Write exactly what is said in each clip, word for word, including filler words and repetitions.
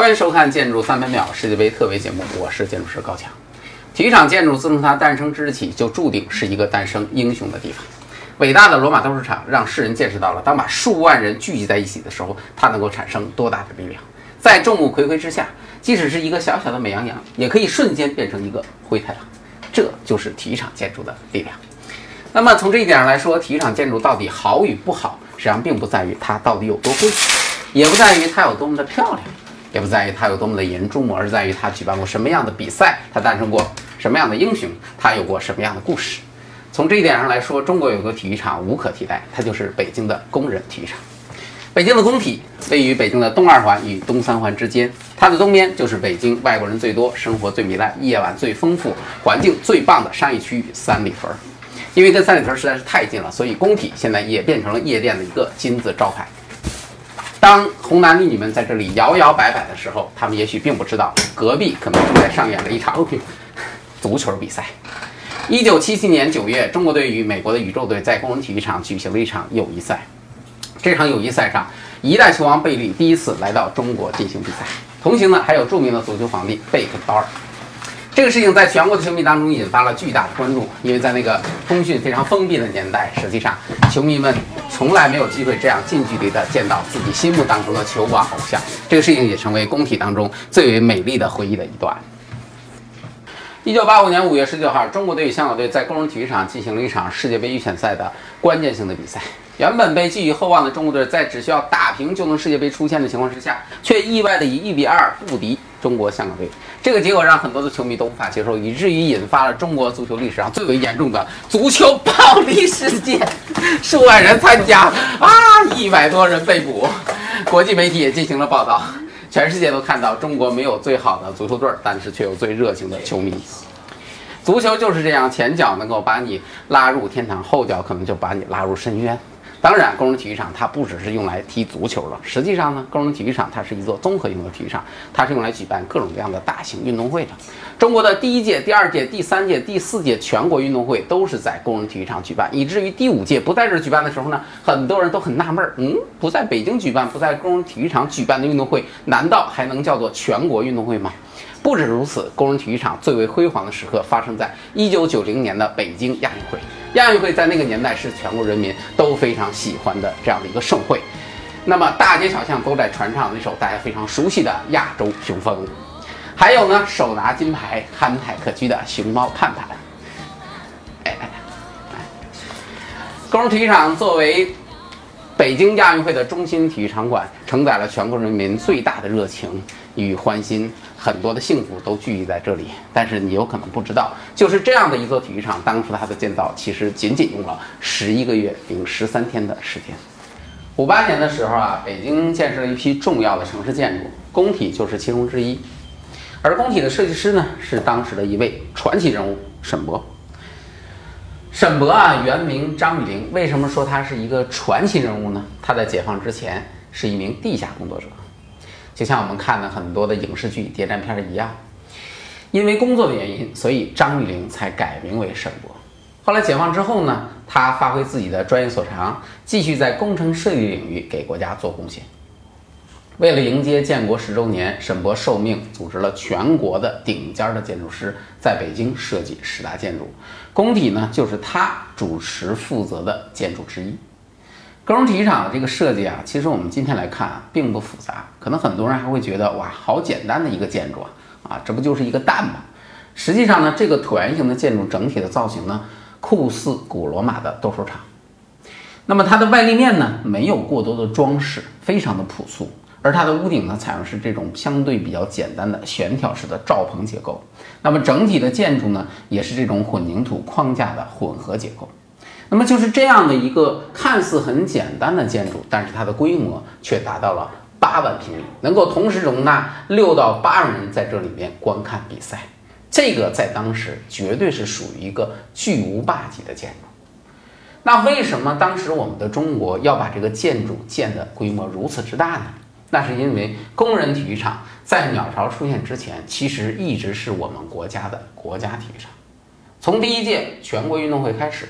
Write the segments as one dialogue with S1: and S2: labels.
S1: 欢迎收看《建筑三百秒》世界杯特别节目，我是建筑师高强。体育场建筑自从它诞生之日起，就注定是一个诞生英雄的地方。伟大的罗马斗兽场让世人见识到了，当把数万人聚集在一起的时候，它能够产生多大的力量。在众目睽睽之下，即使是一个小小的美羊羊，也可以瞬间变成一个灰太狼。这就是体育场建筑的力量。那么从这一点上来说，体育场建筑到底好与不好，实际上并不在于它到底有多贵，也不在于它有多么的漂亮，也不在于它有多么的引人注目，而在于它举办过什么样的比赛，它诞生过什么样的英雄，它有过什么样的故事。从这一点上来说，中国有个体育场无可替代，它就是北京的工人体育场。北京的工体位于北京的东二环与东三环之间，它的东边就是北京外国人最多、生活最糜烂、夜晚最丰富、环境最棒的商业区域三里屯。因为跟三里屯实在是太近了，所以工体现在也变成了夜店的一个金字招牌。当红男绿女们在这里摇摇摆摆的时候，他们也许并不知道隔壁可能正在上演了一场足球比赛。一九七七年九月，中国队与美国的宇宙队在工人体育场举行了一场友谊赛。这场友谊赛上，一代球王贝利第一次来到中国进行比赛，同行呢还有著名的足球皇帝贝肯鲍尔。这个事情在全国的球迷当中引发了巨大的关注，因为在那个通讯非常封闭的年代，实际上球迷们从来没有机会这样近距离的见到自己心目当中的球王偶像。这个事情也成为工体当中最为美丽的回忆的一段。一九八五年五月十九号，中国队与香港队在工人体育场进行了一场世界杯预选赛的关键性的比赛。原本被寄予厚望的中国队，在只需要打平就能世界杯出现的情况之下，却意外的以一比二不敌中国香港队。这个结果让很多的球迷都无法接受，以至于引发了中国足球历史上最为严重的足球暴力事件，数万人参加啊，一百多人被捕。国际媒体也进行了报道，全世界都看到中国没有最好的足球队，但是却有最热情的球迷。足球就是这样，前脚能够把你拉入天堂，后脚可能就把你拉入深渊。当然，工人体育场它不只是用来踢足球的，实际上呢，工人体育场它是一座综合性的体育场，它是用来举办各种各样的大型运动会的。中国的第一届、第二届、第三届、第四届全国运动会都是在工人体育场举办，以至于第五届不在这儿举办的时候呢，很多人都很纳闷，嗯，不在北京举办，不在工人体育场举办的运动会，难道还能叫做全国运动会吗？不止如此，工人体育场最为辉煌的时刻发生在一九九零年的北京亚运会。亚运会在那个年代是全国人民都非常喜欢的这样的一个盛会。那么大街小巷都在传唱那首大家非常熟悉的《亚洲雄风》，还有呢，手拿金牌、憨态可掬的熊猫盼盼。哎哎哎！工人体育场作为北京亚运会的中心体育场馆，承载了全国人民最大的热情与欢心，很多的幸福都聚集在这里。但是你有可能不知道，就是这样的一座体育场，当初它的建造其实仅仅用了十一个月零十三天的时间。五八年的时候啊，北京建设了一批重要的城市建筑，工体就是其中之一。而工体的设计师呢，是当时的一位传奇人物沈伯。沈伯啊，原名张雨林。为什么说他是一个传奇人物呢？他在解放之前是一名地下工作者，就像我们看的很多的影视剧、谍战片一样。因为工作的原因，所以张雨林才改名为沈伯。后来解放之后呢，他发挥自己的专业所长，继续在工程设计领域给国家做贡献。为了迎接建国十周年，沈伯受命组织了全国的顶尖的建筑师在北京设计十大建筑，工体呢就是他主持负责的建筑之一。工人体育场的这个设计啊，其实我们今天来看啊，并不复杂，可能很多人还会觉得哇，好简单的一个建筑啊，啊，这不就是一个蛋吗？实际上呢，这个椭圆形的建筑整体的造型呢，酷似古罗马的斗兽场。那么它的外立面呢，没有过多的装饰，非常的朴素。而它的屋顶呢，采用是这种相对比较简单的悬挑式的罩棚结构。那么整体的建筑呢，也是这种混凝土框架的混合结构。那么就是这样的一个看似很简单的建筑，但是它的规模却达到了八万平米，能够同时容纳六到八万人在这里面观看比赛。这个在当时绝对是属于一个巨无霸级的建筑。那为什么当时我们的中国要把这个建筑建的规模如此之大呢？那是因为工人体育场在鸟巢出现之前，其实一直是我们国家的国家体育场。从第一届全国运动会开始，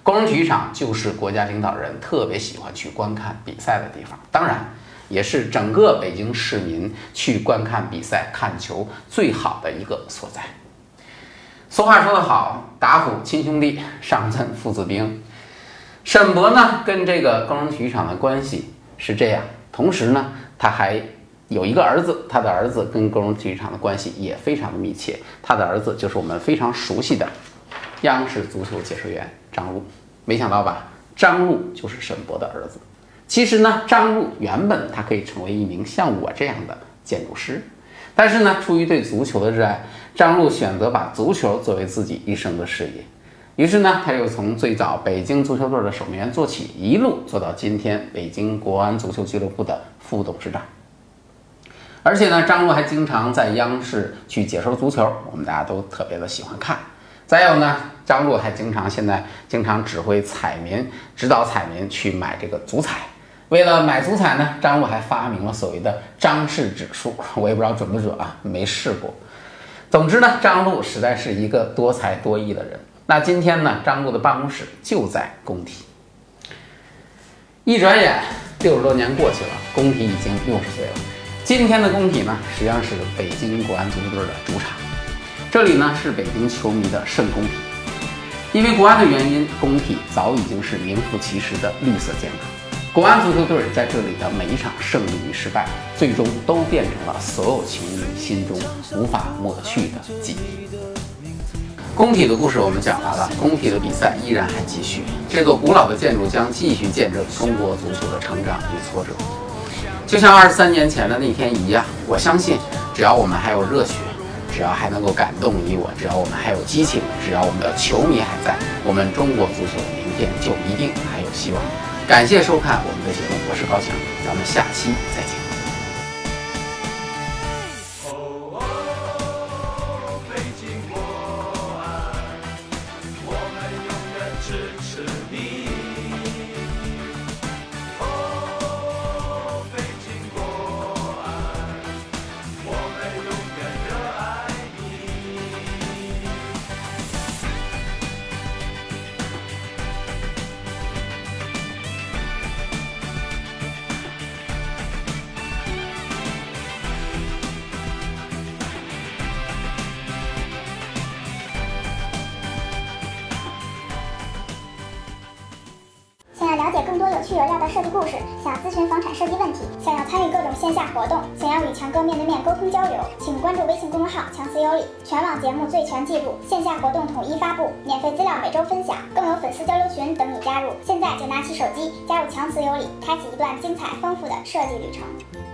S1: 工人体育场就是国家领导人特别喜欢去观看比赛的地方，当然也是整个北京市民去观看比赛、看球最好的一个所在。俗话说得好，打虎亲兄弟，上阵父子兵。沈博呢，跟这个工人体育场的关系是这样，同时呢，他还有一个儿子，他的儿子跟工人体育场的关系也非常的密切。他的儿子就是我们非常熟悉的央视足球解说员张璐。没想到吧，张璐就是沈博的儿子。其实呢，张璐原本他可以成为一名像我这样的建筑师，但是呢，出于对足球的热爱，张璐选择把足球作为自己一生的事业。于是呢，他又从最早北京足球队的守门员做起，一路做到今天北京国安足球俱乐部的副董事长。而且呢，张璐还经常在央视去解说足球，我们大家都特别的喜欢看。再有呢，张璐还经常现在经常指挥彩民，指导彩民去买这个足彩。为了买足彩呢，张璐还发明了所谓的张氏指数，我也不知道准不准啊，没试过。总之呢，张璐实在是一个多才多艺的人。那今天呢，张璐的办公室就在工体。一转眼六十多年过去了，工体已经六十岁了。今天的工体呢，实际上是北京国安足球队的主场，这里呢是北京球迷的圣工体。因为国安的原因，工体早已经是名副其实的绿色建筑。国安足球队在这里的每一场胜利与失败，最终都变成了所有球迷心中无法抹去的记忆。工体的故事我们讲完了，工体的比赛依然还继续。这座古老的建筑将继续见证中国足球的成长与挫折。就像二十三年前的那天一样，我相信，只要我们还有热血，只要还能够感动你我，只要我们还有激情，只要我们的球迷还在，我们中国足球的明天就一定还有希望。感谢收看我们的节目，我是高强，咱们下期再见。
S2: 了解更多有趣有料的设计故事，想咨询房产设计问题，想要参与各种线下活动，想要与强哥面对面沟通交流，请关注微信公众号“强词有理”，全网节目最全记录，线下活动统一发布，免费资料每周分享，更有粉丝交流群等你加入。现在就拿起手机加入“强词有理”，开启一段精彩丰富的设计旅程。